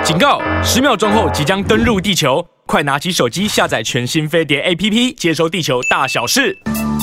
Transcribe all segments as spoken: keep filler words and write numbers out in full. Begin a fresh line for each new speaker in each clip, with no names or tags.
警告！十秒钟后即将登陆地球，快拿起手机下载全新飞碟 A P P， 接收地球大小事。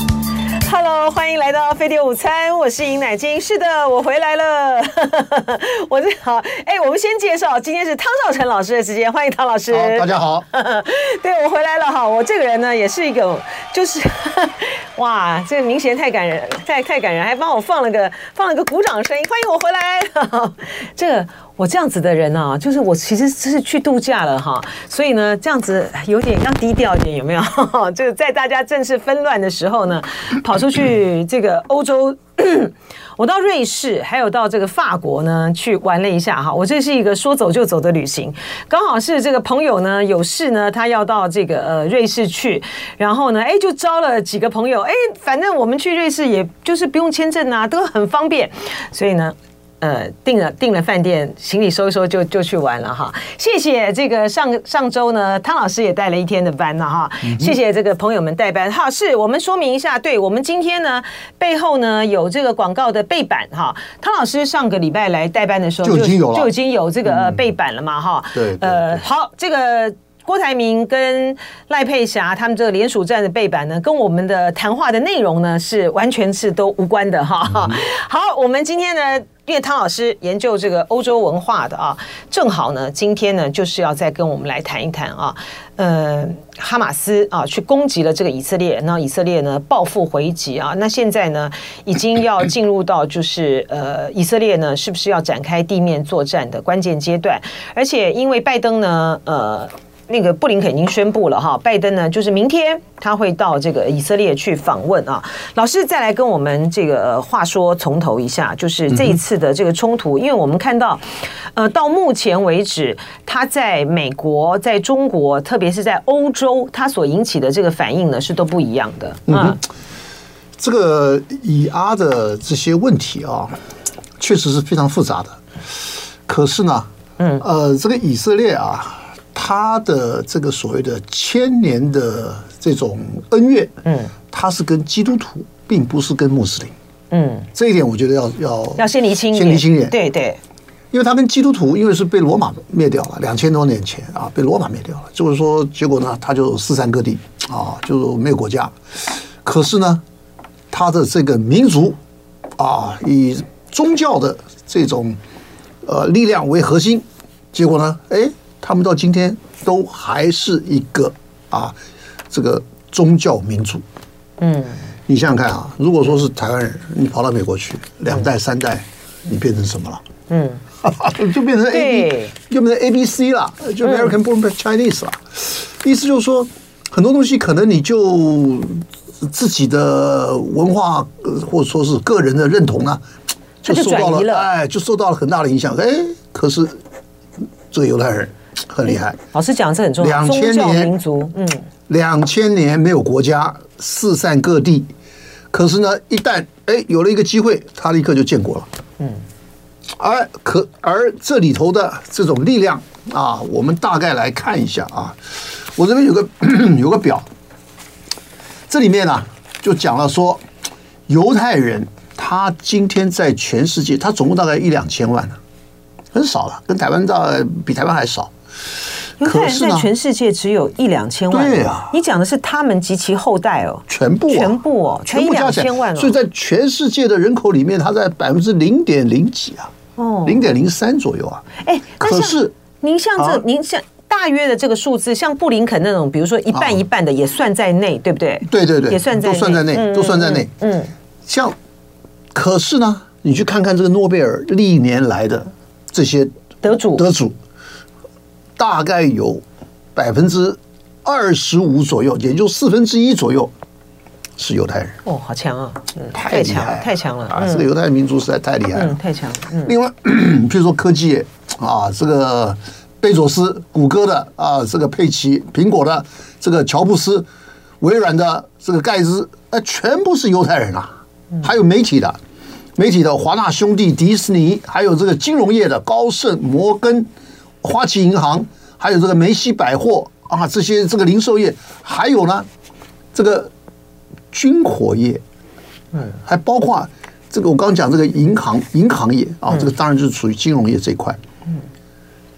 Hello， 欢迎来到飞碟午餐，我是尹乃菁。是的，我回来了。我这好，哎，我们先介绍，今天是汤少成老师的时间，欢迎汤老师。
好，大家好。
对，我回来了哈。我这个人呢，也是一个，就是哇，这个明显太感人，太太感人，还帮我放了个放了个鼓掌声音，欢迎我回来。这个。我这样子的人啊，就是我其实是去度假了哈，所以呢，这样子有点要低调一点，有没有？就是在大家正式纷乱的时候呢，跑出去这个欧洲，我到瑞士，还有到这个法国呢去玩了一下哈。我这是一个说走就走的旅行，刚好是这个朋友呢有事呢，他要到这个呃瑞士去，然后呢，哎就招了几个朋友，哎，反正我们去瑞士也就是不用签证啊，都很方便，所以呢。呃，订了订了饭店，行李收一收就就去玩了哈。谢谢这个上上周呢，汤老师也带了一天的班了哈。嗯、谢谢这个朋友们带班哈。是我们说明一下，对我们今天呢背后呢有这个广告的背板哈。汤老师上个礼拜来带班的时候
就已经有了，
就已经有这个背板了嘛哈。
对，
呃，好，这个。郭台铭跟赖佩霞他们这个联署站的背板呢，跟我们的谈话的内容呢是完全是都无关的哈。嗯、好，我们今天呢，因为汤老师研究这个欧洲文化的啊，正好呢，今天呢就是要再跟我们来谈一谈啊，呃，哈马斯啊去攻击了这个以色列，那以色列呢报复回击啊，那现在呢已经要进入到就是呃以色列呢是不是要展开地面作战的关键阶段，而且因为拜登呢呃。那个布林肯已经宣布了哈，拜登呢就是明天他会到这个以色列去访问啊。老师再来跟我们这个话说从头一下，就是这一次的这个冲突，因为我们看到，呃，到目前为止，他在美国、在中国，特别是在欧洲，他所引起的这个反应呢是都不一样的。嗯，嗯
这个以阿的这些问题啊，确实是非常复杂的。可是呢，嗯，呃，这个以色列啊。他的这个所谓的千年的这种恩怨，嗯，他是跟基督徒，并不是跟穆斯林，嗯，这一点我觉得要要
要先厘清，
先厘清一点，
对对，
因为他跟基督徒，因为是被罗马灭掉了，两千多年前啊，被罗马灭掉了，就是说，结果呢，他就四散各地啊，就没有国家。可是呢，他的这个民族啊，以宗教的这种呃力量为核心，结果呢，哎。他们到今天都还是一个啊，这个宗教民族。嗯，你想想看啊，如果说是台湾人，你跑到美国去，两代三代，你变成什么了？嗯，就变成 A B， 就变成 A B C 了，就 American Born Chinese 了。意思就是说，很多东西可能你就自己的文化或者说是个人的认同呢，就受到了哎，就受到了很大的影响。哎，可是这个犹太人。很厉害，
老师讲这很重要。
两千年
民族，嗯，
两千年没有国家，四散各地。可是呢，一旦哎有了一个机会，他立刻就建国了。嗯，而可而这里头的这种力量啊，我们大概来看一下啊。我这边有个有个表，这里面呢、啊、就讲了说，犹太人他今天在全世界，他总共大概一两千万呢、啊，很少了，跟台湾大比台湾还少。
犹太人在全世界只有一两千万，
对啊，
你讲的是他们及其后代哦，
全部、啊、
全部哦，才一两千万哦，
所以在全世界的人口里面，它在百分之零点零几啊，哦，零点零三左右啊。
哎，
可是
您像这，啊、您像大约的这个数字，像布林肯那种，比如说一半一半的，也算在内，啊、对不对？
对对对，
也算在
都算在内，
嗯、
都算在内。嗯，嗯像可是呢，你去看看这个诺贝尔历年来的这些
得主，
得主大概有。百分之二十五左右，也就四分之一左右是犹太人。
哦，好强啊！嗯，
太厉害，
太强了！
啊，嗯、这个犹太民族实在太厉害了，
嗯，太强了。嗯，
另外，譬如说科技业啊，这个贝佐斯、谷歌的啊，这个佩奇、苹果的这个乔布斯、微软的这个盖茨，哎，全部是犹太人啊。还有媒体的，媒体的华纳兄弟、迪士尼，还有这个金融业的高盛、摩根、花旗银行。还有这个梅西百货啊，这些这个零售业，还有呢，这个军火业，嗯，还包括这个我刚刚讲这个银行银行业啊，这个当然就是属于金融业这一块。嗯，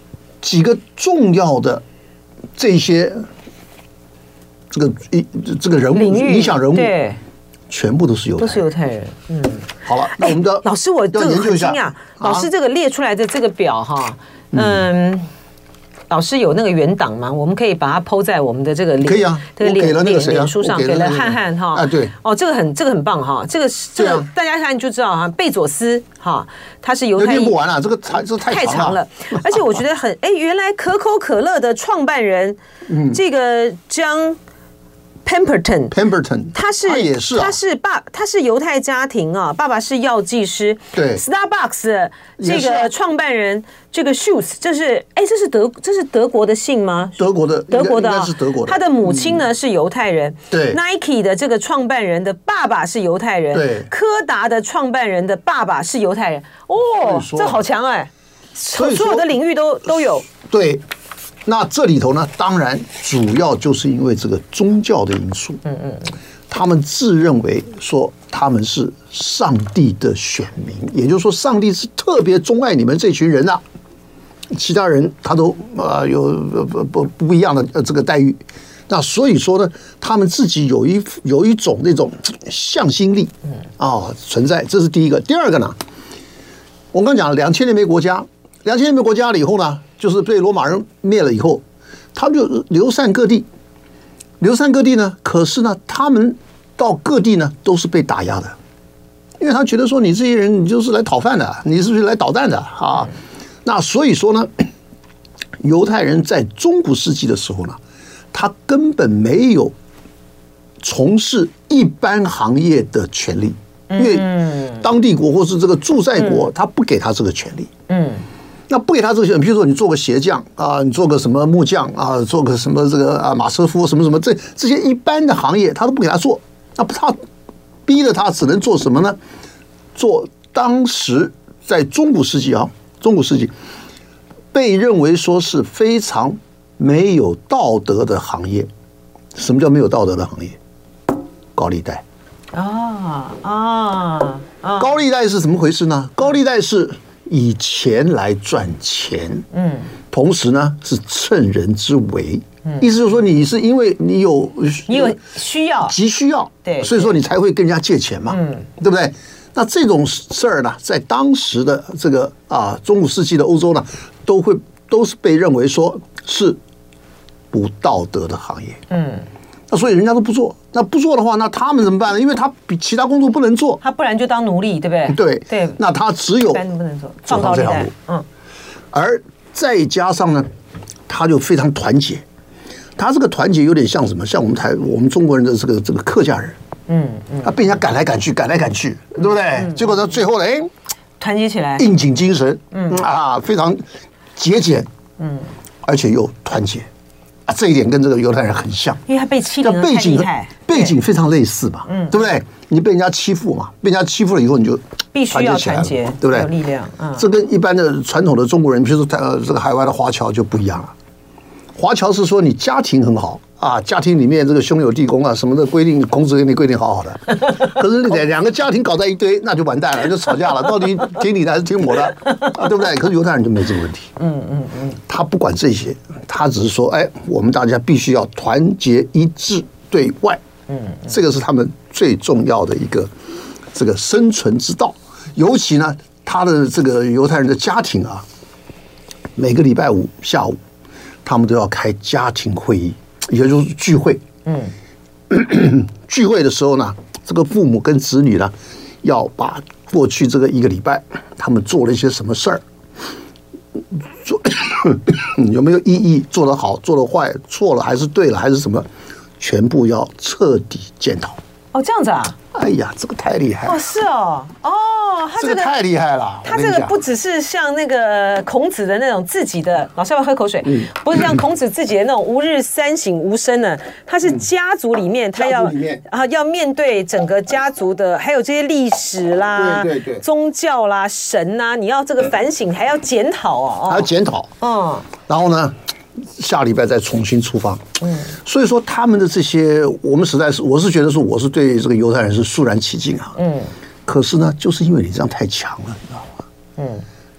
几个重要的这些这个一这个人物影响人物，
对，
全部都是犹太人，
都是犹太人。嗯，
好了，那我们的
老师，我这个很惊讶，老师这个列出来的这个表哈，嗯。老师有那个原档吗？我们可以把它 po 在我们的这个
可以啊，
这个脸
脸
脸书上，给了汉汉哈
啊，对，
哦，这个很这个很棒哈，这个这个大家看就知道哈，贝佐斯哈，他是犹太，
念不完了，这个太这
太长了，而且我觉得很哎，原来可口可乐的创办人，嗯，这个John Pemberton，
Pemberton，
他是他也是、啊、他是爸，他是犹太家庭啊，爸爸是药剂师。
对
，Starbucks 这个创办人，这个 Schultz， 这是哎，这是德这是德国的姓吗？
德国的，
德国的啊，
是德国的。
他的母亲呢、嗯、是犹太人。
对
，Nike 的这个创办人的爸爸是犹太人。
对，
柯达的创办人的爸爸是犹太人。哦，这好强哎！所有的领域都都有。
对。那这里头呢，当然主要就是因为这个宗教的因素。嗯嗯，他们自认为说他们是上帝的选民，也就是说，上帝是特别钟爱你们这群人啊，其他人他都呃有不不不一样的这个待遇。那所以说呢，他们自己有一有一种那种向心力啊存在，这是第一个。第二个呢，我刚讲两千年没国家，两千年没国家了以后呢。就是被罗马人灭了以后，他们就流散各地，流散各地呢。可是呢，他们到各地呢都是被打压的，因为他觉得说你这些人你就是来讨饭的，你是不是来捣蛋的啊？那所以说呢，犹太人在中古世纪的时候呢，他根本没有从事一般行业的权利，因为当地国或是这个驻在国，他不给他这个权利。嗯。那不给他这个，比如说你做个鞋匠啊，你做个什么木匠啊，做个什么这个啊马车夫什么什么，这这些一般的行业他都不给他做，那他逼着他只能做什么呢？做当时在中古世纪啊，中古世纪被认为说是非常没有道德的行业。什么叫没有道德的行业？高利贷。啊啊啊！高利贷是怎么回事呢？高利贷是以钱来赚钱，嗯，同时呢是趁人之危，嗯，意思就是说你是因为你有
你有需要，
急需要，
对，
所以说你才会跟人家借钱嘛，嗯，对不对？那这种事儿呢，在当时的这个啊中古世纪的欧洲呢，都会都是被认为说是不道德的行业，嗯。那所以人家都不做，那不做的话，那他们怎么办呢？因为他比其他工作不能做，
他不然就当奴隶，对不对？
对
对，
那他只有
不能做，放高利贷，嗯，
而再加上呢，他就非常团结，他这个团结有点像什么？像我们台我们中国人的这个这个客家人，嗯嗯，他被人家赶来赶去，赶来赶去，对不对？嗯、结果到最后呢，哎，
团结起来，
应景精神，嗯啊，非常节俭，嗯，而且又团结。啊，这一点跟这个犹太人很像，
因为他被欺凌的太厉害，
背景非常类似嘛，嗯，对不对？你被人家欺负嘛，被人家欺负了以后，你就
必须要团结，
对不对？
有力量，嗯，
这跟一般的传统的中国人，比如说呃这个海外的华侨就不一样了。华侨是说你家庭很好啊，家庭里面这个兄友弟恭啊什么的规定，孔子给你规定好好的。可是你得两个家庭搞在一堆，那就完蛋了，就吵架了，到底听你的还是听我的啊？对不对？可是犹太人就没这个问题，嗯嗯嗯，他不管这些，他只是说，哎，我们大家必须要团结一致对外，嗯，这个是他们最重要的一个这个生存之道。尤其呢，他的这个犹太人的家庭啊，每个礼拜五下午，他们都要开家庭会议，也就是聚会。嗯，聚会的时候呢，这个父母跟子女呢，要把过去这个一个礼拜他们做了一些什么事儿，做有没有意义，做得好，做得坏，错了还是对了还是什么，全部要彻底检讨。
哦，这样子啊？
哎呀，这个太厉害了！
哦，是哦，哦，他这个
这个太厉害了。
他这个不只是像那个孔子的那种自己的，老师要不要喝口水？嗯，不是像孔子自己的那种吾日三省吾身呢，他是家族里面，他要啊要面对整个家族的，还有这些历史啦、
对对对
宗教啦、神呐，你要这个反省，还要检讨哦，
还要检讨。嗯，然后呢？下礼拜再重新出发，嗯，所以说他们的这些，我们实在是，我是觉得说，我是对这个犹太人是肃然起敬啊，嗯，可是呢，就是因为你这样太强了，你知道吗？嗯，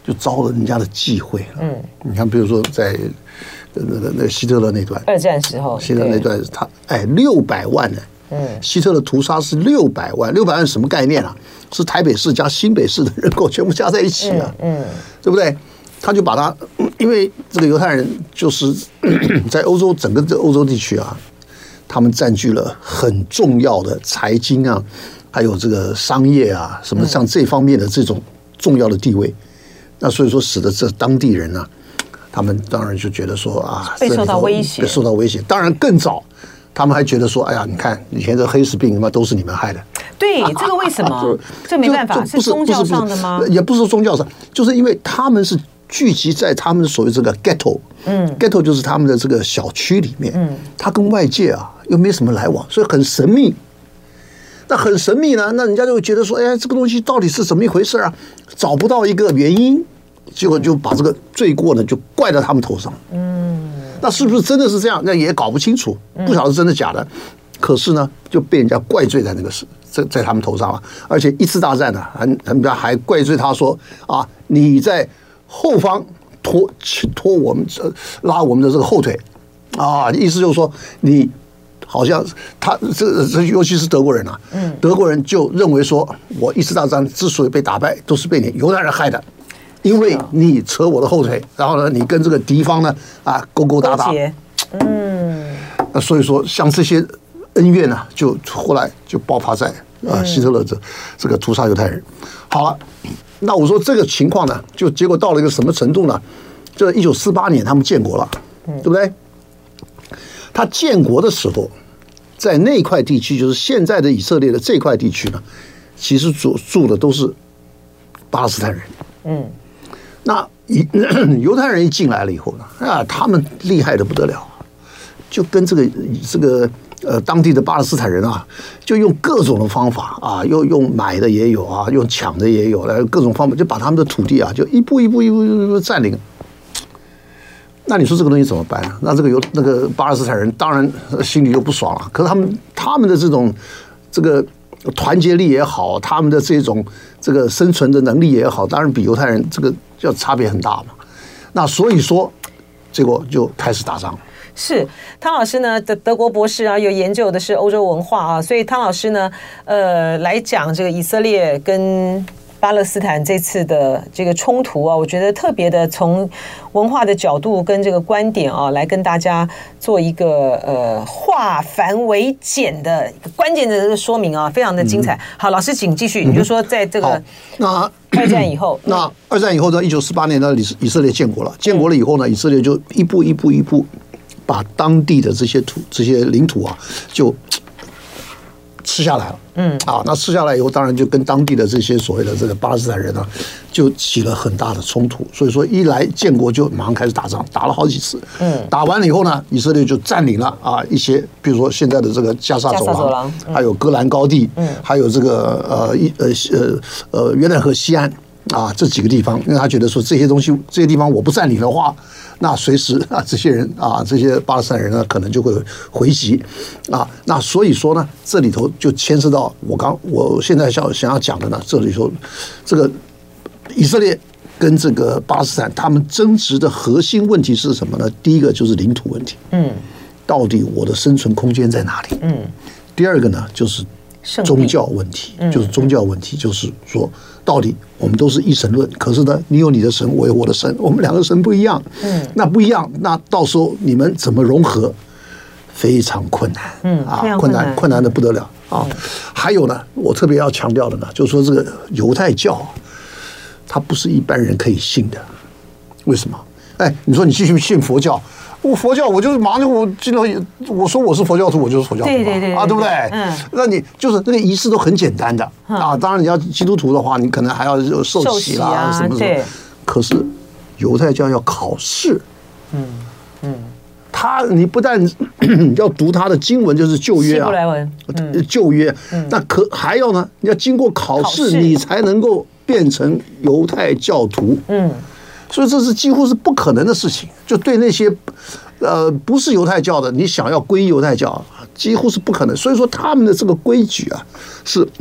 就招了人家的忌讳了。嗯，你看，比如说在那个那个希特勒那段，
二战时候，
希特勒那段他哎六百万呢。嗯，希特勒屠杀是六百万，六百万什么概念啊？是台北市加新北市的人口全部加在一起啊，嗯，对不对？他就把他，因为这个犹太人就是在欧洲整个这欧洲地区啊，他们占据了很重要的财经啊，还有这个商业啊，什么像这方面的这种重要的地位。那所以说，使得这当地人呢、啊，他们当然就觉得说啊，
被受到威胁，
被受到威胁。当然更早。他们还觉得说，哎呀，你看以前这黑死病他妈都是你们害的。
对，这个为什么？这没办法，是宗教上的吗？
也不是宗教上，就是因为他们是聚集在他们的所谓这个 ghetto， 嗯 ，ghetto 就是他们的这个小区里面，嗯，他跟外界啊又没什么来往，所以很神秘。那很神秘呢，那人家就会觉得说，哎，这个东西到底是怎么一回事啊？找不到一个原因，结果就把这个罪过呢就怪到他们头上。嗯。那是不是真的是这样？那也搞不清楚，不晓得真的假的。可是呢，就被人家怪罪在那个事，在在他们头上了。而且一次大战呢，还人家还怪罪他说啊，你在后方拖拖我们拉我们的这个后腿啊，意思就是说你好像他这这尤其是德国人啊，德国人就认为说我一次大战之所以被打败，都是被你犹太人害的。因为你扯我的后腿，然后呢，你跟这个敌方呢啊勾勾搭搭，嗯，那所以说像这些恩怨呢，就后来就爆发在啊希特勒这这个屠杀犹太人。好了，那我说这个情况呢，就结果到了一个什么程度呢？这一九四八年他们建国了，对不对？他建国的时候，在那块地区，就是现在的以色列的这块地区呢，其实住住的都是巴勒斯坦人，嗯。那犹太人一进来了以后呢，啊，他们厉害的不得了，就跟这个这个呃当地的巴勒斯坦人啊，就用各种的方法啊，又用买的也有啊，用抢的也有，来各种方法就把他们的土地啊，就一步一步一步一步占领。那你说这个东西怎么办呢？那这个有那个巴勒斯坦人当然心里就不爽了。可是他们他们的这种这个团结力也好，他们的这种这个生存的能力也好，当然比犹太人这个要差别很大嘛。那所以说，结果就开始打仗。
是汤老师呢，德德国博士啊，有研究的是欧洲文化啊，所以汤老师呢，呃，来讲这个以色列跟巴勒斯坦这次的这个冲突啊，我觉得特别的从文化的角度跟这个观点啊，来跟大家做一个呃化繁为简的一个关键的这个说明啊，非常的精彩。好，老师请继续，你就说在这个
那
二战以后，
那二战以后呢，一九四八年呢，以以色列建国了，建国了以后呢，以色列就一步一步一步把当地的这些土这些领土啊，就吃下来了，嗯啊，那吃下来以后，当然就跟当地的这些所谓的这个巴勒斯坦人呢，就起了很大的冲突。所以说，一来建国就马上开始打仗，打了好几次，嗯，打完了以后呢，以色列就占领了啊一些，比如说现在的这个加沙走廊，走廊嗯、还有戈兰高地，嗯，还有这个呃一呃呃呃约旦河西岸啊这几个地方，因为他觉得说这些东西这些地方我不占领的话，那随时啊，这些人啊，这些巴勒斯坦人呢，可能就会回击啊。那所以说呢，这里头就牵涉到我刚我现在想想要讲的呢，这里头这个以色列跟这个巴勒斯坦他们争执的核心问题是什么呢？第一个就是领土问题，嗯，到底我的生存空间在哪里？嗯，第二个呢就是宗教问题，就是宗教问题，就是说到底我们都是一神论，可是呢，你有你的神，我有我的神，我们两个神不一样，嗯，那不一样，那到时候你们怎么融合，非常困难，嗯啊，困难困难的不得了啊。还有呢，我特别要强调的呢，就是说这个犹太教，它不是一般人可以信的，为什么？哎，你说你继续信佛教。我佛教，我就是马上就我进了，我说我是佛教徒，我就是佛教徒，对对对啊，对不对？嗯，那你就是那个仪式都很简单的啊。当然你要基督徒的话，你可能还要受洗啦，啊、什么什么。可是犹太教要考试，嗯嗯，他你不但要读他的经文，就是旧约啊，希伯来文，嗯、旧约，嗯、那可还要呢，你要经过考试，你才能够变成犹太教徒，嗯。所以这是几乎是不可能的事情，就对那些，呃，不是犹太教的，你想要皈依犹太教，几乎是不可能。所以说他们的这个规矩啊，是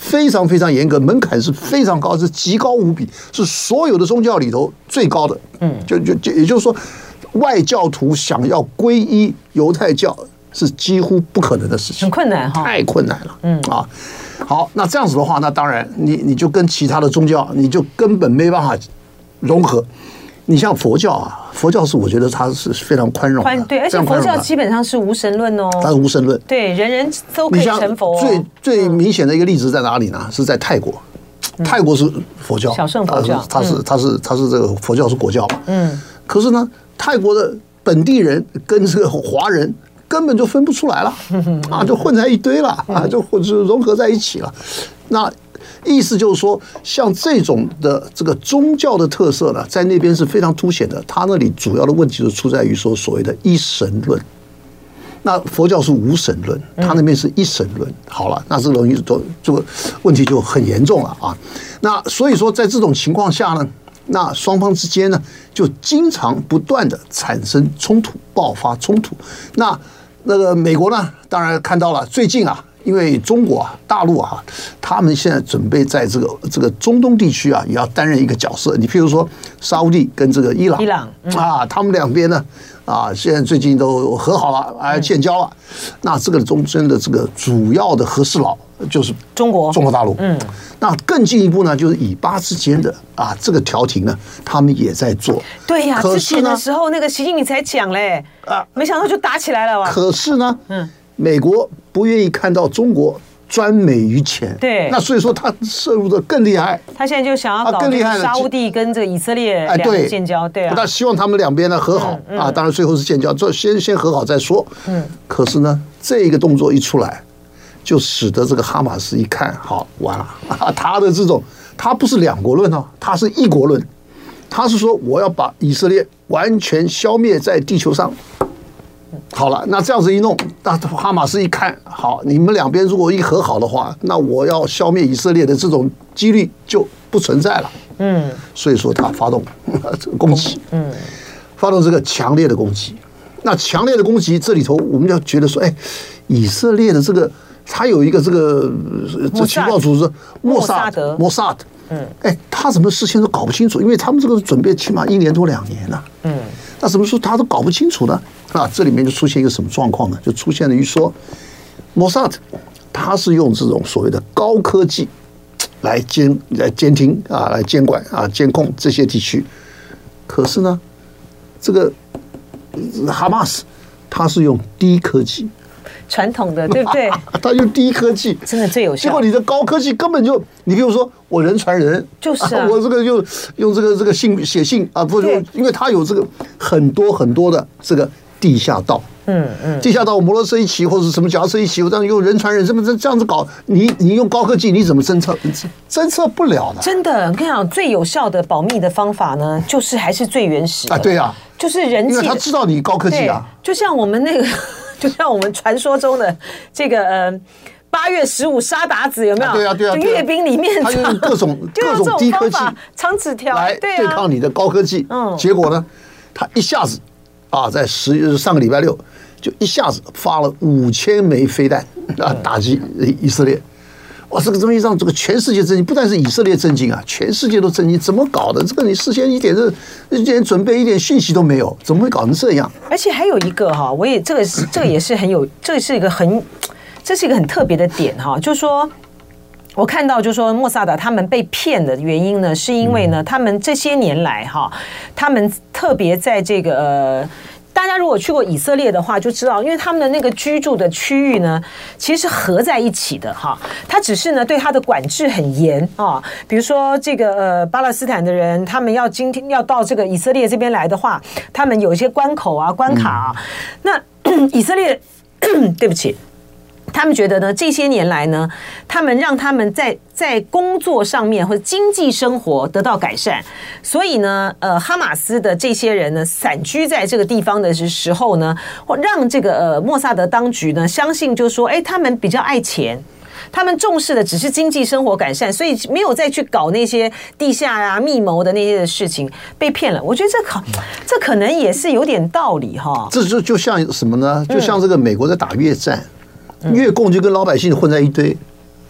非常非常严格，门槛是非常高，是极高无比，是所有的宗教里头最高的。嗯，就就就也就是说，外教徒想要皈依犹太教是几乎不可能的事情，
很困难哈，
太困难了。嗯啊，好，那这样子的话，那当然你你就跟其他的宗教，你就根本没办法融合。你像佛教啊，佛教是我觉得它是非常宽容的，
对，而且佛教基本上是无神论哦，
它是无神论，
对，人人都可以成佛、哦。
最最明显的一个例子在哪里呢？是在泰国，嗯、泰国是佛教，
小乘佛教，
它是它是它是这个佛教是国教嘛，嗯，可是呢，泰国的本地人跟这个华人根本就分不出来了，啊，就混在一堆了，啊，就混就融合在一起了，那。意思就是说，像这种的这个宗教的特色呢，在那边是非常凸显的。他那里主要的问题就出在于说所谓的一神论。那佛教是无神论，他那边是一神论。好了，那这容易都这个问题就很严重了啊。那所以说，在这种情况下呢，那双方之间呢，就经常不断的产生冲突，爆发冲突。那那个美国呢，当然看到了最近啊。因为中国啊，大陆啊，他们现在准备在这个这个中东地区啊，也要担任一个角色。你譬如说，沙烏地跟这个伊朗，
伊朗、嗯、
啊，他们两边呢，啊，现在最近都和好了，哎，建交了。嗯、那这个中间的这个主要的和事佬就是
中国，
中国大陆。嗯，那更进一步呢，就是以巴之间的啊这个调停呢，他们也在做。
对呀、啊，之前的时候那个习近平才讲嘞，啊，没想到就打起来了哇。
可是呢，嗯。美国不愿意看到中国专美于前，
对，
那所以说他涉入的更厉害。
他现在就想要搞沙烏地跟这个以色列两个建交，对啊，
他希望他们两边呢和好、嗯嗯、啊，当然最后是建交，这先先和好再说。嗯，可是呢，这个动作一出来，就使得这个哈马斯一看，好完了啊，他的这种他不是两国论哦，他是一国论，他是说我要把以色列完全消灭在地球上。好了，那这样子一弄，那哈马斯一看，好，你们两边如果一和好的话，那我要消灭以色列的这种几率就不存在了。嗯，所以说他发动这个攻击，嗯，发动这个强烈的攻击。那强烈的攻击，这里头我们要觉得说，哎，以色列的这个，他有一个这个这情报组织
莫萨德，
莫萨德，嗯，哎，他怎么事先都搞不清楚？因为他们这个准备起码一年多两年了，嗯。那什么时候他都搞不清楚呢？啊，这里面就出现一个什么状况呢？就出现了于说，莫萨德他是用这种所谓的高科技来监来监听啊，来监管啊，监控这些地区。可是呢，这个哈马斯他是用低科技。
传统的对不对？
他用低科技，
真的最有效。
结果你的高科技根本就，你比如说我人传人，
就是啊，
我这个就用这个这个信写信啊，不是，因为他有这个很多很多的这个地下道，嗯嗯，地下道摩托车一骑或者什么脚踏车一骑，我这样用人传人，这么这这样子搞，你你用高科技你怎么侦测？侦测不了的。
真的，我跟你讲，最有效的保密的方法呢，就是还是最原始的
啊，对呀、啊，
就是人际，
因为他知道你高科技啊，
就像我们那个。就像我们传说中的这个呃八月十五杀鞑子有没有？
对啊对啊，
阅兵里面
他用各种各种低科技
藏纸条
来对抗你的高科技。嗯，结果呢，他一下子啊，在十上个礼拜六就一下子发了五千枚飞弹啊，打击以色列。哇，这个东西让这个全世界震惊，不但是以色列震惊啊，全世界都震惊。怎么搞的？这个你事先一点这一点准备、一点讯息都没有，怎么会搞成这样？
而且还有一个哈，我也这个这个也是很有，这是一个很，这是一个很特别的点哈，就是说。我看到就是说莫萨德他们被骗的原因呢，是因为呢，他们这些年来哈，他们特别在这个呃。大家如果去过以色列的话，就知道，因为他们的那个居住的区域呢，其实是合在一起的哈。它只是呢对它的管制很严啊。比如说这个呃巴勒斯坦的人，他们要今天要到这个以色列这边来的话，他们有一些关口啊、关卡啊。那以色列，对不起。他们觉得呢，这些年来呢，他们让他们在在工作上面或者经济生活得到改善，所以呢，呃，哈马斯的这些人呢，散居在这个地方的时候呢，或让这个呃莫萨德当局呢相信，就说，哎，他们比较爱钱。他们重视的只是经济生活改善，所以没有再去搞那些地下啊、密谋的那些的事情，被骗了。我觉得这可这可能也是有点道理哈。
这就就像什么呢？就像这个美国在打越战。越共就跟老百姓混在一堆，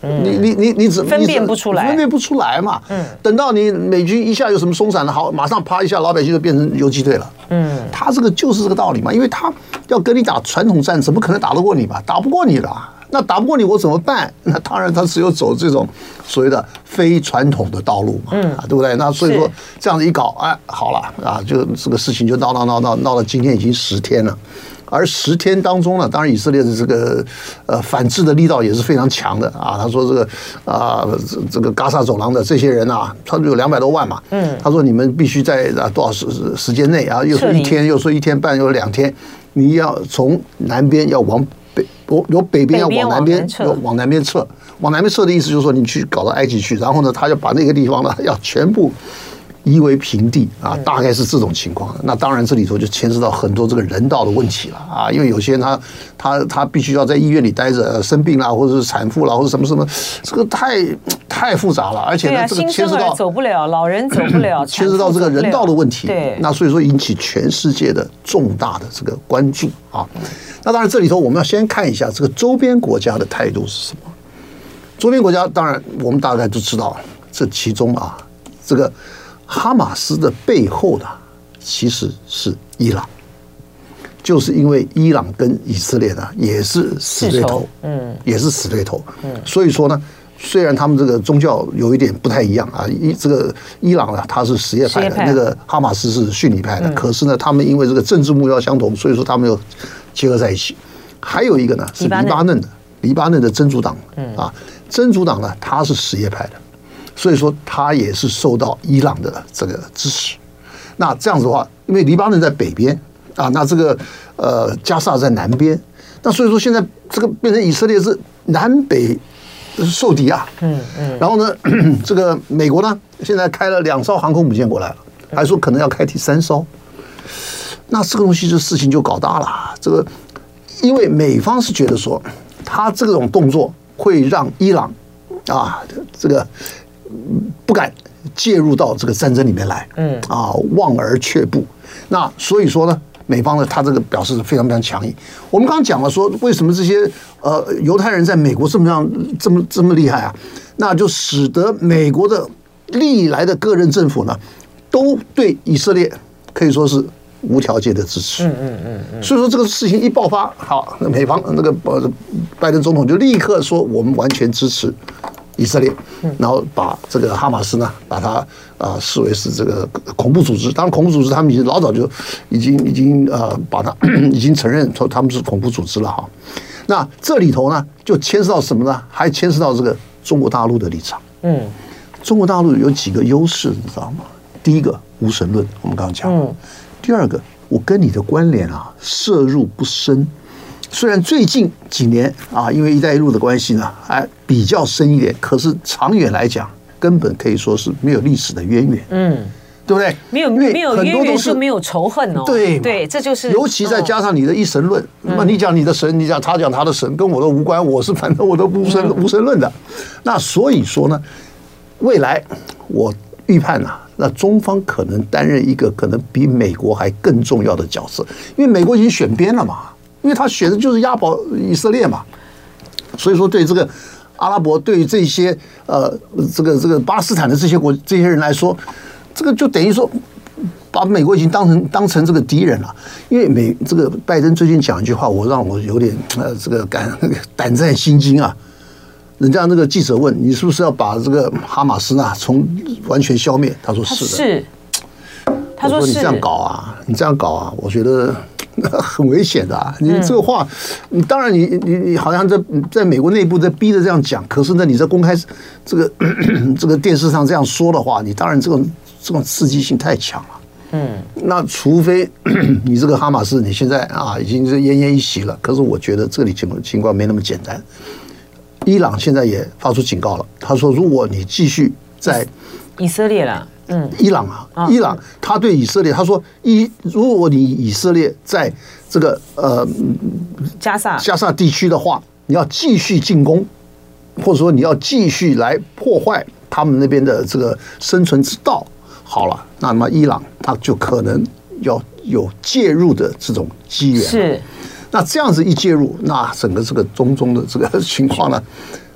嗯、
你你你你怎
分辨不出来，
分辨不出来嘛。嗯，等到你美军一下有什么松散了，好，马上啪一下，老百姓就变成游击队了。嗯，他这个就是这个道理嘛，因为他要跟你打传统战，怎么可能打得过你嘛？打不过你的。那打不过你，我怎么办？那当然，他只有走这种所谓的非传统的道路嘛，嗯，啊，对不对？那所以说这样子一搞，哎，好了啊，就这个事情就闹闹闹闹闹到今天已经十天了，而十天当中呢，当然以色列的这个呃反制的力道也是非常强的啊。他说这个啊、呃、这个加萨走廊的这些人啊，他有两百多万嘛，嗯，他说你们必须在啊多少时时间内啊，又说一天，又说一天半，又两天，你要从南边要往。北由北边要往南边，往南边撤，往南边撤的意思就是说，你去搞到埃及去，然后呢，他就把那个地方呢要全部夷为平地啊，大概是这种情况。那当然这里头就牵涉到很多这个人道的问题了啊，因为有些人他他他必须要在医院里待着，生病啦，或者是产妇啦，或者什么什么，这个太太复杂了，而且呢，这个牵涉到
走不了，老人走不了，
牵涉到这个人道的问题。
对，
那所以说引起全世界的重大的这个关注啊。那当然，这里头我们要先看一下这个周边国家的态度是什么。周边国家当然我们大概都知道，这其中啊，这个哈马斯的背后的其实是伊朗，就是因为伊朗跟以色列呢也是死对头，嗯，也是死对头，嗯，所以说呢，虽然他们这个宗教有一点不太一样啊，伊这个伊朗呢他是什叶派的，那个哈马斯是逊尼派的，可是呢，他们因为这个政治目标相同，所以说他们又结合在一起。还有一个呢是黎巴嫩的，黎巴嫩的真主党啊，真主党呢他是什叶派的，所以说他也是受到伊朗的这个支持。那这样子的话，因为黎巴嫩在北边啊，那这个呃加萨在南边，那所以说现在这个变成以色列是南北受敌啊。嗯嗯。然后呢，这个美国呢现在开了两艘航空母舰过来了，还说可能要开第三艘。那这个东西这事情就搞大了。这个因为美方是觉得说，他这种动作会让伊朗啊这个不敢介入到这个战争里面来，嗯啊望而却步。那所以说呢，美方呢他这个表示非常非常强硬。我们刚刚讲了说，为什么这些呃犹太人在美国这么样这么这么厉害啊？那就使得美国的历来的各任政府呢，都对以色列可以说是无条件的支持。嗯嗯嗯嗯。所以说这个事情一爆发，好，那美方那个呃拜登总统就立刻说，我们完全支持以色列，然后把这个哈马斯呢，把它啊、呃、视为是这个恐怖组织。当然，恐怖组织他们已经老早就已经已经呃把它已经承认说他们是恐怖组织了哈。那这里头呢，就牵涉到什么呢？还牵涉到这个中国大陆的立场。嗯，中国大陆有几个优势，你知道吗？第一个，无神论，我们刚刚讲。嗯。第二个，我跟你的关联啊，涉入不深。虽然最近几年啊，因为“一带一路”的关系呢，还比较深一点，可是长远来讲，根本可以说是没有历史的渊源。嗯，对不对？
没有没有渊源就没有仇恨哦。
对
对，这就是。
尤其再加上你的一神论，那么你讲你的神，你讲他讲他的神，跟我都无关。我是反正我都无神无神论的。那所以说呢，未来我预判呐、啊。那中方可能担任一个可能比美国还更重要的角色，因为美国已经选边了嘛，因为他选的就是押宝以色列嘛，所以说对这个阿拉伯，对于这些呃这个这个巴勒斯坦的这些国这些人来说，这个就等于说把美国已经当成当成这个敌人了。因为美这个拜登最近讲一句话，我让我有点呃这个胆胆战心惊啊。人家那个记者问你是不是要把这个哈马斯呢从完全消灭？他说是的。
是。他说
是。你这样搞啊，你这样搞啊，我觉得很危险的、啊。你这个话，你当然你你你好像在在美国内部在逼着这样讲，可是呢，你在公开这个这个电视上这样说的话，你当然这种这种刺激性太强了。嗯。那除非你这个哈马斯你现在啊已经是奄奄一息了，可是我觉得这里情情况没那么简单。伊朗现在也发出警告了，他说：“如果你继续在
以色列了，嗯，
伊朗啊，伊朗他对以色列，他说一，如果你以色列在这个呃
加萨
加萨地区的话，你要继续进攻，或者说你要继续来破坏他们那边的这个生存之道，好了，那么伊朗他就可能要有介入的这种机缘。”
是。
那这样子一介入，那整个这个中东的这个情况呢，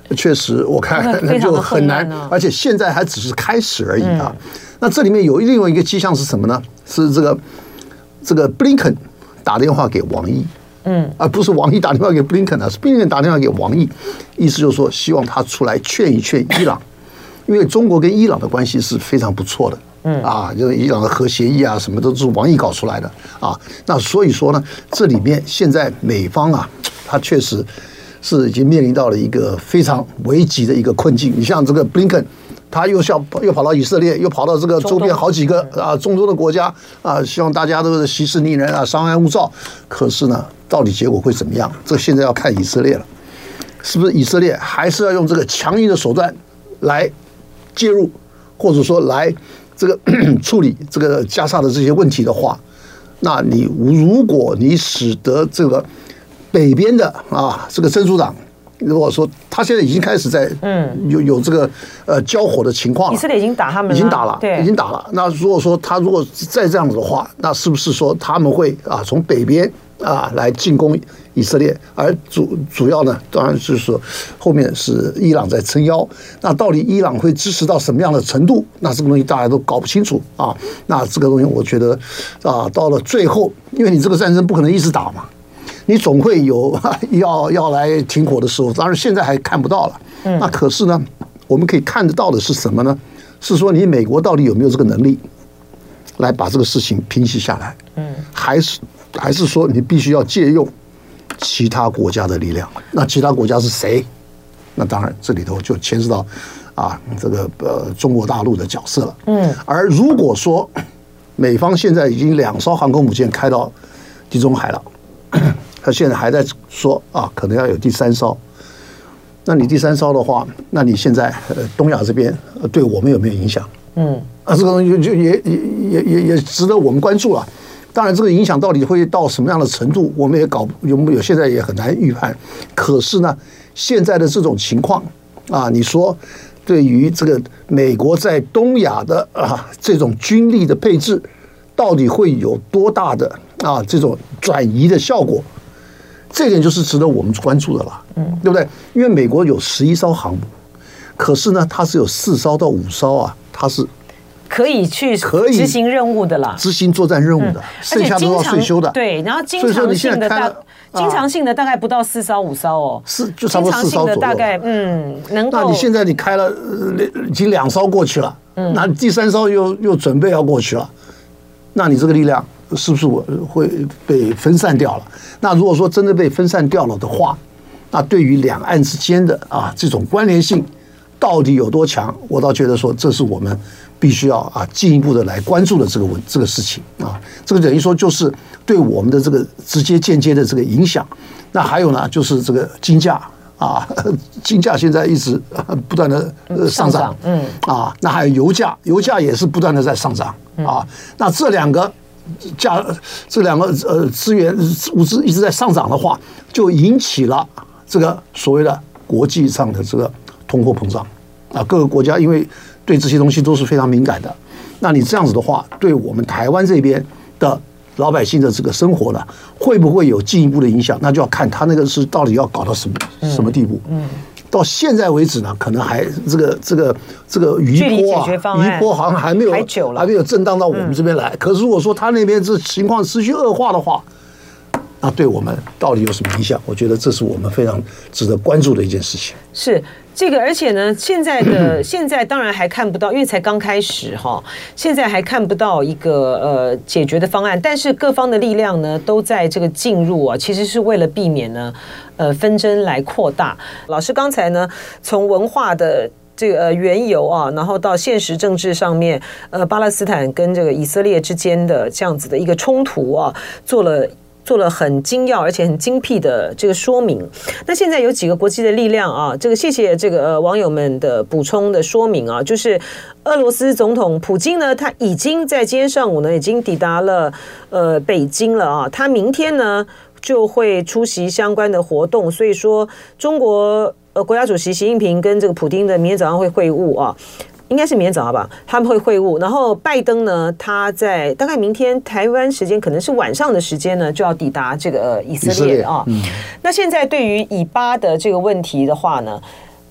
确实我看那就很难，而且现在还只是开始而已啊。嗯、那这里面有另外一个迹象是什么呢？是这个这个布林肯打电话给王毅，嗯，而不是王毅打电话给布林肯啊，是布林肯打电话给王毅，意思就是说希望他出来劝一劝伊朗，因为中国跟伊朗的关系是非常不错的。嗯啊，就是伊朗的核协议啊，什么都是王毅搞出来的啊。那所以说呢，这里面现在美方啊，他确实是已经面临到了一个非常危急的一个困境。你像这个布林肯，他又要又跑到以色列，又跑到这个周边好几个啊中东的国家啊，希望大家都是息事宁人啊，相安勿躁。可是呢，到底结果会怎么样？这现在要看以色列了，是不是以色列还是要用这个强硬的手段来介入，或者说来这个处理这个加沙的这些问题的话，那你如果你使得这个北边的啊这个真主党，如果说他现在已经开始在嗯有有这个呃交火的情况了，
以色列已经打他们了，
已经打了，
对，
已经打了。那如果说他如果再这样子的话，那是不是说他们会啊从北边啊来进攻以色列？而主主要呢，当然就是说后面是伊朗在撑腰。那到底伊朗会支持到什么样的程度？那这个东西大家都搞不清楚啊。那这个东西我觉得啊，到了最后，因为你这个战争不可能一直打嘛。你总会有要要来停火的时候，当然现在还看不到了。那可是呢，我们可以看得到的是什么呢？是说你美国到底有没有这个能力来把这个事情平息下来？嗯，还是还是说你必须要借用其他国家的力量？那其他国家是谁？那当然这里头就牵涉到啊这个呃中国大陆的角色了。嗯，而如果说美方现在已经两艘航空母舰开到地中海了。他现在还在说啊，可能要有第三艘。那你第三艘的话，那你现在呃东亚这边对我们有没有影响？嗯，啊，这个东西就也也也也也值得我们关注了。当然，这个影响到底会到什么样的程度，我们也搞有没有，现在也很难预判。可是呢，现在的这种情况啊，你说对于这个美国在东亚的啊这种军力的配置，到底会有多大的啊这种转移的效果？这点就是值得我们关注的了，嗯，对不对？因为美国有十一艘航母，可是呢，它是有四艘到五艘啊，它是
可以去执行任务的啦，
执行作战任务的，剩下都要退休的。
对，然后经常性的大，经常性的大概不到四艘五艘哦，
是就差不多四艘左右。
大概嗯，能够。
那你现在你开了已经两艘过去了，嗯，那第三艘又又准备要过去了，那你这个力量是不是我会被分散掉了？那如果说真的被分散掉了的话，那对于两岸之间的啊这种关联性到底有多强？我倒觉得说，这是我们必须要啊进一步的来关注的这个问这个事情啊。这个等于说就是对我们的这个直接间接的这个影响。那还有呢，就是这个金价啊，金价现在一直不断的上涨，嗯啊，那还有油价，油价也是不断的在上涨啊。那这两个。价这两个呃资源物资一直在上涨的话，就引起了这个所谓的国际上的这个通货膨胀啊。各个国家因为对这些东西都是非常敏感的，那你这样子的话，对我们台湾这边的老百姓的这个生活呢，会不会有进一步的影响？那就要看他那个是到底要搞到什么什么地步。嗯。到现在为止呢，可能还这个这个这个余波啊，余波好像还没有还没有震荡到我们这边来。可是如果说他那边这情况持续恶化的话，那对我们到底有什么影响？我觉得这是我们非常值得关注的一件事情。
是这个，而且呢，现在的现在当然还看不到，因为才刚开始哈，现在还看不到一个呃解决的方案。但是各方的力量呢，都在这个进入啊，其实是为了避免呢呃纷争来扩大。老师刚才呢，从文化的这个缘由啊，然后到现实政治上面，呃，巴勒斯坦跟这个以色列之间的这样子的一个冲突啊，做了。做了很精要而且很精辟的这个说明。那现在有几个国际的力量啊，这个谢谢这个、呃、网友们的补充的说明啊，就是俄罗斯总统普京呢，他已经在今天上午呢已经抵达了呃北京了啊，他明天呢就会出席相关的活动，所以说中国呃国家主席习近平跟这个普丁的明天早上会会晤啊。应该是明天早上吧，他们会会晤。然后拜登呢，他在大概明天台湾时间可能是晚上的时间呢，就要抵达这个以色列啊。嗯、那现在对于以巴的这个问题的话呢，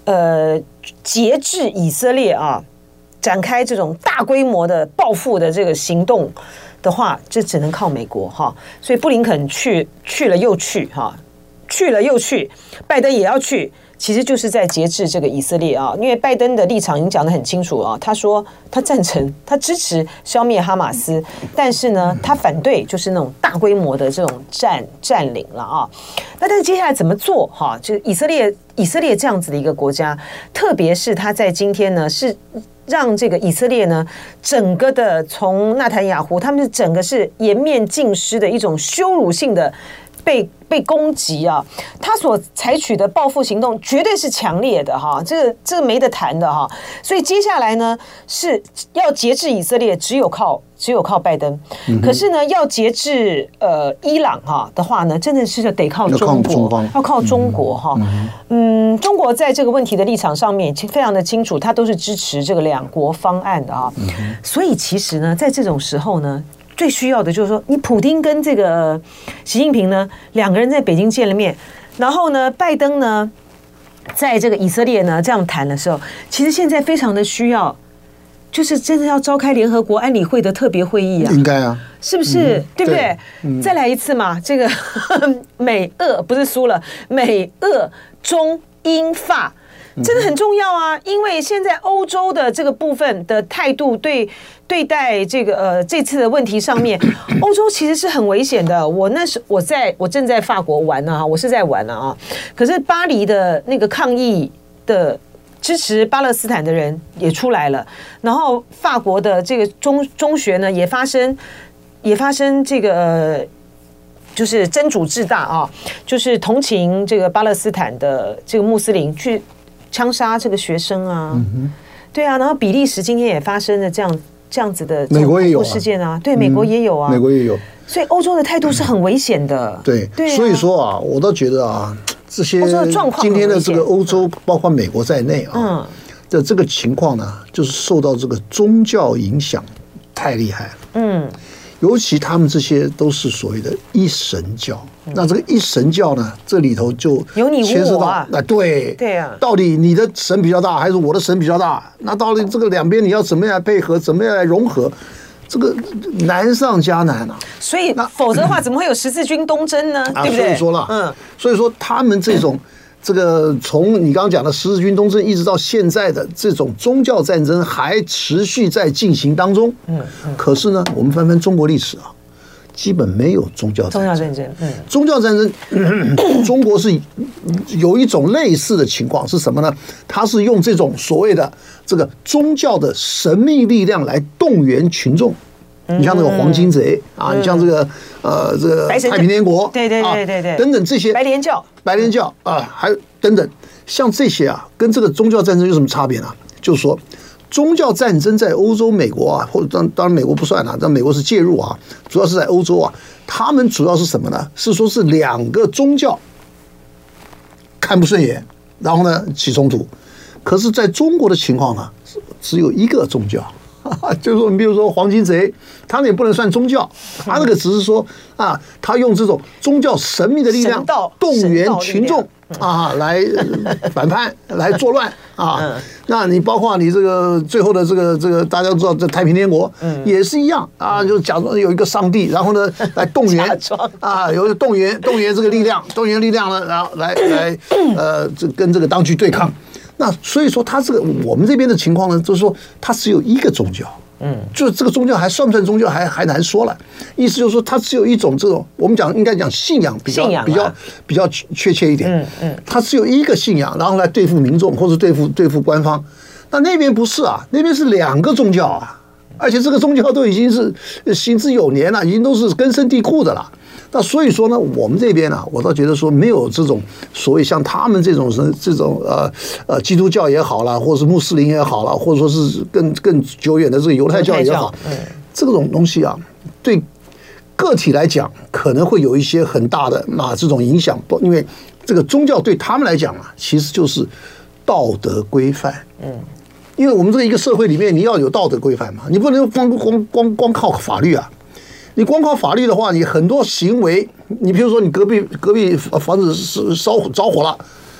呃节制以色列啊，展开这种大规模的报复的这个行动的话，这只能靠美国哈。所以布林肯去去了又去哈，去了又去，拜登也要去。其实就是在节制这个以色列啊，因为拜登的立场已经讲得很清楚啊，他说他赞成，他支持消灭哈马斯，但是呢，他反对就是那种大规模的这种占占领了啊。那但是接下来怎么做哈？就是以色列以色列这样子的一个国家，特别是他在今天呢是。让这个以色列呢，整个的从纳坦雅胡，他们是整个是颜面尽失的一种羞辱性的被被攻击啊，他所采取的报复行动绝对是强烈的哈，这个这个没得谈的哈。所以接下来呢是要节制以色列，只有靠只有靠拜登。嗯、可是呢，要节制呃伊朗哈的话呢，真的是得靠中国，要靠中国哈。嗯, 嗯，中国在这个问题的立场上面非常的清楚，他都是支持这个两国方案的啊。嗯、所以其实呢，在这种时候呢。最需要的就是说，你普丁跟这个习近平呢，两个人在北京见了面，然后呢，拜登呢，在这个以色列呢这样谈的时候，其实现在非常的需要，就是真的要召开联合国安理会的特别会议啊，
应该啊，
是不是？嗯、对不对？对嗯、再来一次嘛，这个美俄不是输了，美俄中英法。真的很重要啊，因为现在欧洲的这个部分的态度对对待这个呃这次的问题上面，欧洲其实是很危险的。我那时我在我正在法国玩啊，我是在玩啊，可是巴黎的那个抗议的支持巴勒斯坦的人也出来了，然后法国的这个中中学呢也发生也发生这个。呃就是真主至大啊，就是同情这个巴勒斯坦的这个穆斯林去枪杀这个学生啊，嗯、对啊，然后比利时今天也发生了这样这样子的
美国也有
事件啊，对，美国也有啊，
嗯、美国也有，
所以欧洲的态度是很危险的，
对，对、啊，所以说啊，我倒觉得啊，这些今天的这个欧洲，包括美国在内啊，嗯，的这个情况呢，就是受到这个宗教影响太厉害了，嗯。尤其他们这些都是所谓的一神教，嗯、那这个一神教呢，这里头就牵涉到啊，对
对啊，
到底你的神比较大，还是我的神比较大？那到底这个两边你要怎么样配合，怎么样来融合？这个难上加难啊！
所以，那否则的话，怎么会有十字军东征呢？
啊、
对不对？
所以说了，嗯，所以说他们这种。这个从你刚刚讲的十字军东征一直到现在的这种宗教战争还持续在进行当中，嗯，嗯可是呢，我们翻翻中国历史啊，基本没有宗教
宗教战争，嗯，
宗教战争，嗯、中国是有一种类似的情况是什么呢？它是用这种所谓的这个宗教的神秘力量来动员群众。你像这个黄金贼、嗯、啊，你像这个呃这个太平天国，
对对对对对、啊，
等等这些
白莲教，
白莲教啊，还等等，像这些啊，跟这个宗教战争有什么差别呢？就是说，宗教战争在欧洲、美国啊，或者当当然美国不算了，但美国是介入啊，主要是在欧洲啊，他们主要是什么呢？是说是两个宗教看不顺眼，然后呢起冲突。可是在中国的情况呢，只有一个宗教。就是说，你比如说黄金贼，他那也不能算宗教，他那个只是说啊，他用这种宗教神秘的力量动员群众啊，来反叛、来作乱啊。那你包括你这个最后的这个这个，大家都知道，这太平天国也是一样啊，就假装有一个上帝，然后呢来动员啊，有动员动员这个力量，动员力量呢，然后来来呃，这跟这个当局对抗。那所以说，他这个我们这边的情况呢，就是说，它只有一个宗教，嗯，就是这个宗教还算不算宗教，还还难说了。意思就是说，它只有一种这种，我们讲应该讲信仰比较比较比较确切一点，嗯嗯，它只有一个信仰，然后来对付民众或者对付对付官方。那那边不是啊，那边是两个宗教啊，而且这个宗教都已经是行之有年了，已经都是根深蒂固的了。那所以说呢，我们这边呢、啊，我倒觉得说没有这种所谓像他们这种人这种呃呃基督教也好啦，或者是穆斯林也好啦，或者说是更更久远的这个犹太教也好，嗯、这种东西啊，对个体来讲可能会有一些很大的啊这种影响，因为这个宗教对他们来讲啊，其实就是道德规范，嗯。因为我们这一个社会里面，你要有道德规范嘛，你不能光光光光靠法律啊。你光靠法律的话，你很多行为，你比如说你隔壁隔壁房子是烧着火了，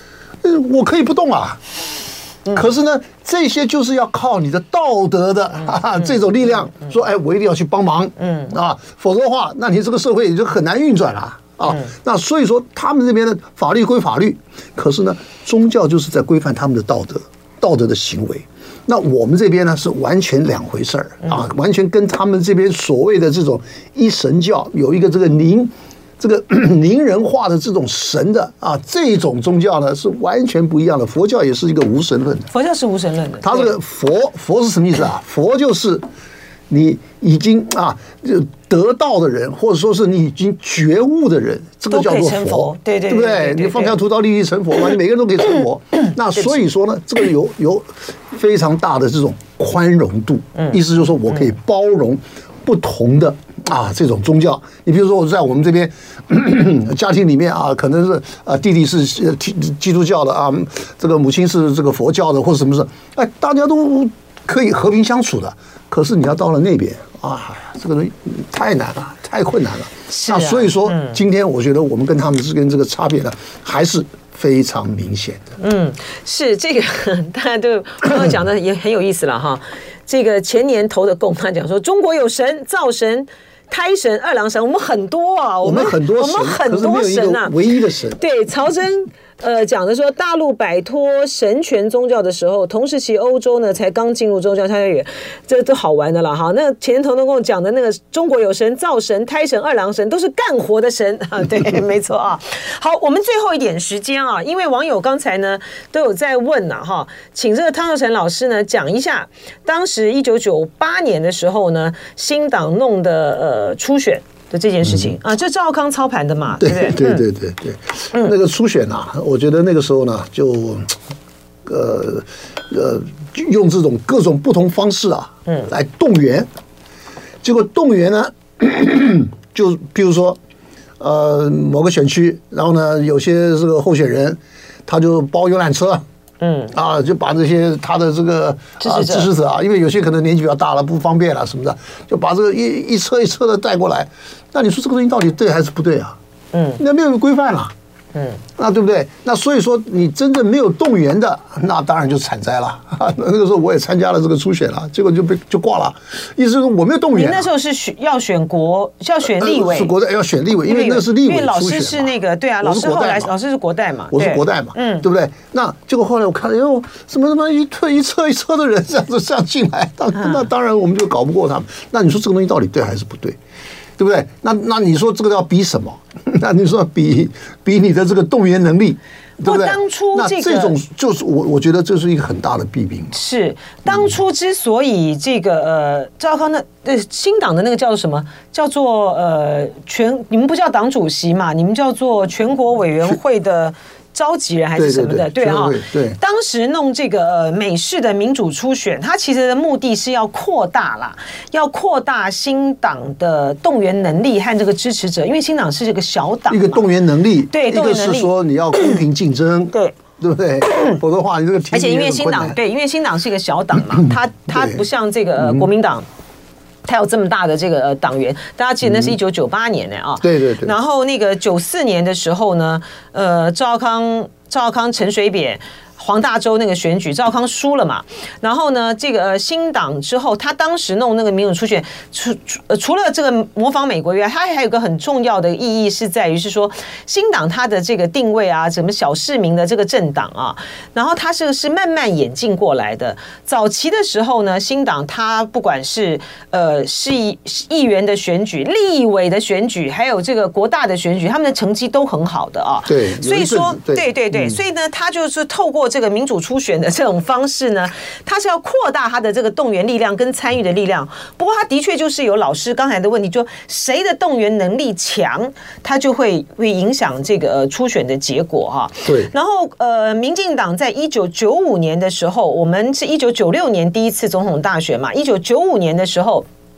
我可以不动啊。可是呢，这些就是要靠你的道德的、啊、这种力量，说，哎，我一定要去帮忙，嗯啊，否则的话，那你这个社会也就很难运转了啊。那所以说，他们这边的法律归法律，可是呢，宗教就是在规范他们的道德、道德的行为。那我们这边呢是完全两回事儿啊，完全跟他们这边所谓的这种一神教有一个这个凝。这个凝人化的这种神的啊，这种宗教呢是完全不一样的。佛教也是一个无神论的，
佛教是无神论的。
它这个佛佛是什么意思啊？佛就是你已经啊得道的人，或者说是你已经觉悟的人，这个叫做佛，
对对
对不对？你放下屠刀立地成佛嘛，你每个人都可以成佛。那所以说呢，这个有有非常大的这种宽容度，意思就是说我可以包容不同的。啊，这种宗教，你比如说我在我们这边家庭里面啊，可能是啊弟弟是基基督教的啊，这个母亲是这个佛教的或者什么事，哎，大家都可以和平相处的。可是你要到了那边啊，这个太难了，太困难了。
是啊、
那所以说，今天我觉得我们跟他们之间这个差别呢，还是非常明显的。
嗯，是这个，大家都刚刚讲的也很有意思了哈。这个前年投的共，他讲说中国有神造神。胎神、二郎神，我们很多啊，
我们很多神，
我们很多神啊，
唯一的神。
对，曹真呃讲的说，大陆摆脱神权宗教的时候，同时期欧洲呢才刚进入宗教太远，这都好玩的了哈。那前头跟我讲的那个中国有神造神、胎神、二郎神，都是干活的神啊，对，没错啊。好，我们最后一点时间啊，因为网友刚才呢都有在问呐、啊、哈，请这个汤孝成老师呢讲一下，当时一九九八年的时候呢，新党弄的呃。呃，初选的这件事情、嗯、啊，就赵少康操盘的嘛，对不对？
对对对对，嗯、那个初选啊，我觉得那个时候呢，就呃呃用这种各种不同方式啊，嗯，来动员，结果动员呢，就比如说呃某个选区，然后呢有些这个候选人他就包游览车。嗯啊，就把这些他的这个啊支持者啊，因为有些可能年纪比较大了，不方便了什么的，就把这个一一车一车的带过来。那你说这个东西到底对还是不对啊？嗯，那没有规范了。嗯，那对不对？那所以说你真正没有动员的，那当然就惨灾了。那个时候我也参加了这个初选了，结果就被就挂了。意思是我没有动员、啊。
你那时候是选要选国，要选立委，
呃、是国代要选立委，因为那是立委初选嘛。因为
老师是那个对啊，老师后来老师是国代嘛，
我是国代嘛，嗯，对不对？那结果后来我看，哎呦，什么什么一推一车一车的人这样子这样进来，那那当然我们就搞不过他们。那你说这个东西到底对还是不对？对不对？那那你说这个要比什么？那你说比比你的这个动员能力，对不对？
当初这个、
那这种就是我我觉得这是一个很大的弊病。
是当初之所以这个呃赵少康那呃新党的那个叫做什么？叫做呃全你们不叫党主席嘛？你们叫做全国委员会的。召集人还是什么的，对哈，对，当时弄这个呃美式的民主初选，它其实的目的是要扩大啦，要扩大新党的动员能力和这个支持者，因为新党是这个小党，
一个动员能力，
对，
一个是说你要公平竞争，
对。
对不对？否则的话，你这个
而且因为新党对，因为新党是一个小党嘛，它它不像这个国民党。他有这么大的这个党员，大家记得那是一九九八年的啊、嗯，
对对对。
然后那个九四年的时候呢，呃，赵少康、赵少康、陈水扁。黄大洲那个选举，赵少康输了嘛？然后呢，这个、呃、新党之后，他当时弄那个民主初选，除除、呃、除了这个模仿美国以外，它还有一个很重要的意义是在于是说，新党它的这个定位啊，什么小市民的这个政党啊，然后它是是慢慢演进过来的。早期的时候呢，新党它不管是呃市议议员的选举、立委的选举，还有这个国大的选举，他们的成绩都很好的啊。
对，
所以说，对对对，嗯、所以呢，他就是透过这个民主初选的这种方式呢，他是要扩大他的这个动员力量跟参与的力量。不过他的确就是有老师刚才的问题，就谁的动员能力强，他就会会影响这个、呃、初选的结果哈。
对。
然后呃，民进党在一九九五年的时候，我们是一九九六年第一次总统大选嘛，一九九五年的时候。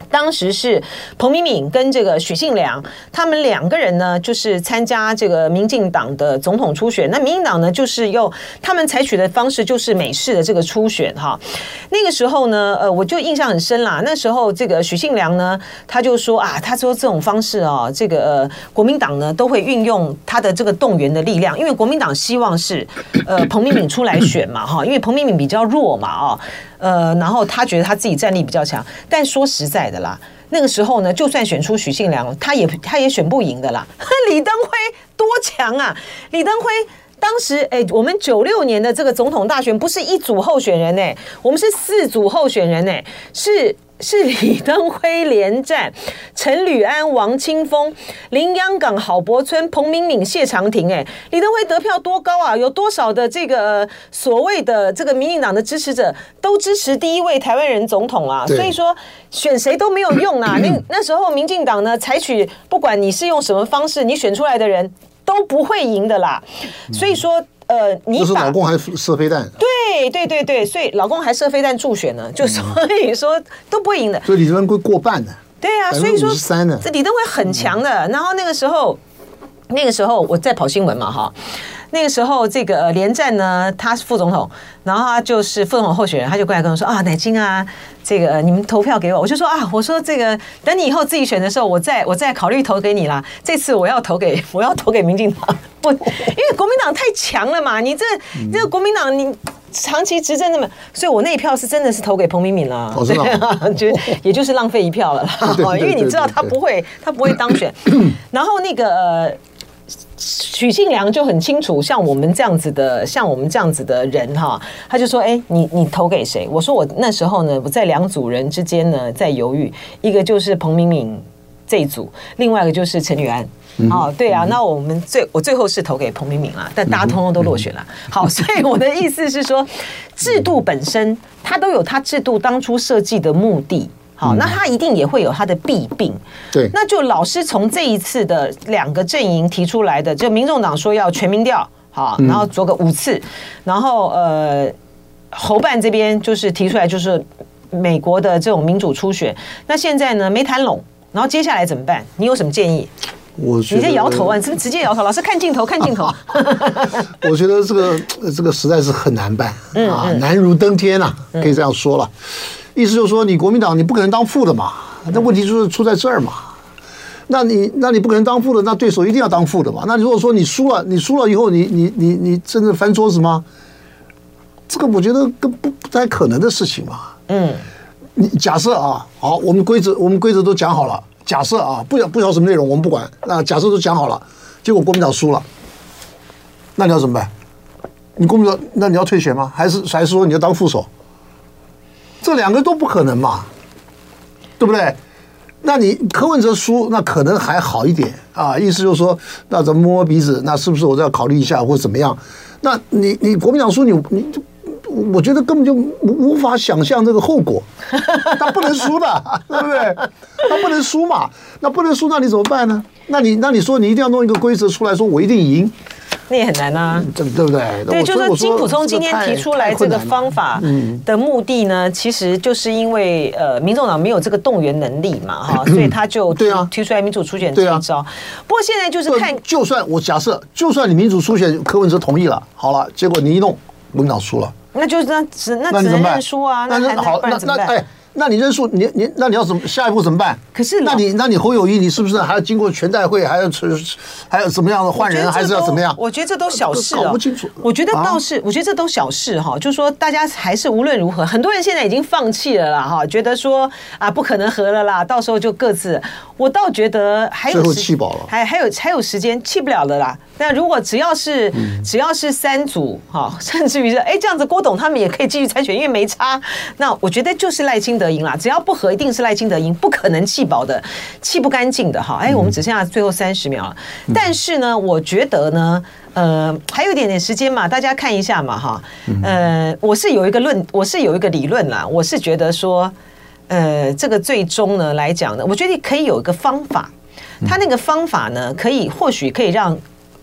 当时是彭明敏跟这个许信良，他们两个人呢，就是参加这个民进党的总统初选。那民进党呢，就是用他们采取的方式，就是美式的这个初选哈。那个时候呢，呃，我就印象很深啦。那时候这个许信良呢，他就说啊，他说这种方式哦，这个呃，国民党呢都会运用他的这个动员的力量，因为国民党希望是呃彭明敏出来选嘛哈，因为彭明敏比较弱嘛哦。呃，然后他觉得他自己战力比较强，但说实在的啦，那个时候呢，就算选出许信良，他也他也选不赢的啦。李登辉多强啊！李登辉当时，哎，我们九六年的这个总统大选不是一组候选人哎，我们是四组候选人哎，是。是李登辉连战，陈履安、王清峰、林央港、郝柏村、彭明敏、谢长廷。哎，李登辉得票多高啊？有多少的这个、呃、所谓的这个民进党的支持者都支持第一位台湾人总统啊？所以说选谁都没有用啊。那那时候民进党呢，采取不管你是用什么方式，你选出来的人都不会赢的啦。所以说。呃，你
就是老公还射飞弹，
对对对对，所以老公还射飞弹助选呢，就所以说都不会赢的。
所以李登辉过半呢。
对啊，所以说
这
李登辉很强的。然后那个时候，那个时候我在跑新闻嘛哈。那个时候，这个连战呢，他是副总统，然后他就是副总统候选人，他就过来跟我说啊，乃菁啊，这个你们投票给我，我就说啊，我说这个等你以后自己选的时候，我再我再考虑投给你啦。这次我要投给我要投给民进党，不，因为国民党太强了嘛，你这这个国民党你。长期执政那么，所以我那一票是真的是投给彭明敏啦，
哦、
对啊，就也就是浪费一票了啦，因为你知道他不会，他不会当选。然后那个、呃、许信良就很清楚，像我们这样子的，像我们这样子的人哈，他就说：“哎，你你投给谁？”我说：“我那时候呢，我在两组人之间呢在犹豫，一个就是彭明敏这一组，另外一个就是陈履安。”哦，对啊，那我们最我最后是投给彭明敏啦，但大家通通都落选了。好，所以我的意思是说，制度本身它都有它制度当初设计的目的。好，那它一定也会有它的弊病。
对，
那就老师从这一次的两个阵营提出来的，就民众党说要全民调，好，然后做个五次，然后呃，侯办这边就是提出来就是美国的这种民主初选，那现在呢没谈拢，然后接下来怎么办？你有什么建议？
我
你在摇头啊？你是不是直接摇头？老师看镜头，看镜头。
我觉得这个这个实在是很难办啊，嗯嗯、难如登天啊，可以这样说了。意思就是说，你国民党你不可能当副的嘛，那问题就是出在这儿嘛。那你那你不可能当副的，那对手一定要当副的嘛。那如果说你输了，你输了以后，你你你你真的翻桌子吗？这个我觉得更不不太可能的事情嘛。嗯，你假设啊，好，我们规则我们规则都讲好了。假设啊，不晓不晓得什么内容，我们不管。那假设都讲好了，结果国民党输了，那你要怎么办？你国民党，那你要退选吗？还是还是说你要当副手？这两个都不可能嘛，对不对？那你柯文哲输，那可能还好一点啊，意思就是说，那咱们摸摸鼻子，那是不是我再要考虑一下或者怎么样？那你你国民党输，你你就。我觉得根本就无法想象这个后果，他不能输的，对不对？他不能输嘛，那不能输，那你怎么办呢？那你那你说你一定要弄一个规则出来说，我一定赢，
那也很难啊，
对对不对？
对，就是说金溥聪今天提出来这个方法的目的呢，其实就是因为呃，民众党没有这个动员能力嘛，哈，所以他就提提出来民主初选这一招。不过现在就是看，
就算我假设，就算你民主初选柯文哲同意了，好了，结果你一弄，国民党输了。
那就那只那只能认输啊，那还
好，那那哎，那你认输，你你那你要怎么下一步怎么办？
可是
那你那你侯友宜，你是不是还要经过全代会，还要还要怎么样的换人，还是要怎么样？
我觉得这都小事哦，
搞不清楚。
我觉得倒是，我觉得这都小事哈，就是说大家还是无论如何，很多人现在已经放弃了啦哈，觉得说啊不可能和了啦，到时候就各自。我倒觉得还有
最后气饱了，
还还有还有时间，气不了了啦。那如果只要是、嗯、只要是三组哈，甚至于是哎这样子，郭董他们也可以继续参选，因为没差。那我觉得就是赖清德赢啦，只要不和，一定是赖清德赢，不可能气饱的，气不干净的哈。哎，我们只剩下最后三十秒了，嗯、但是呢，我觉得呢，呃，还有一点点时间嘛，大家看一下嘛哈。呃，我是有一个论，我是有一个理论啦，我是觉得说。呃，这个最终呢来讲呢，我觉得可以有一个方法，他那个方法呢，可以或许可以让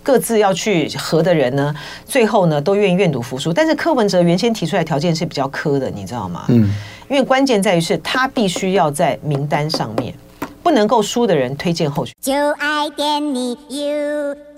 各自要去和的人呢，最后呢都愿意愿赌服输。但是柯文哲原先提出来条件是比较苛的，你知道吗？嗯，因为关键在于是他必须要在名单上面，不能够输的人推荐候选人。就爱点你 U。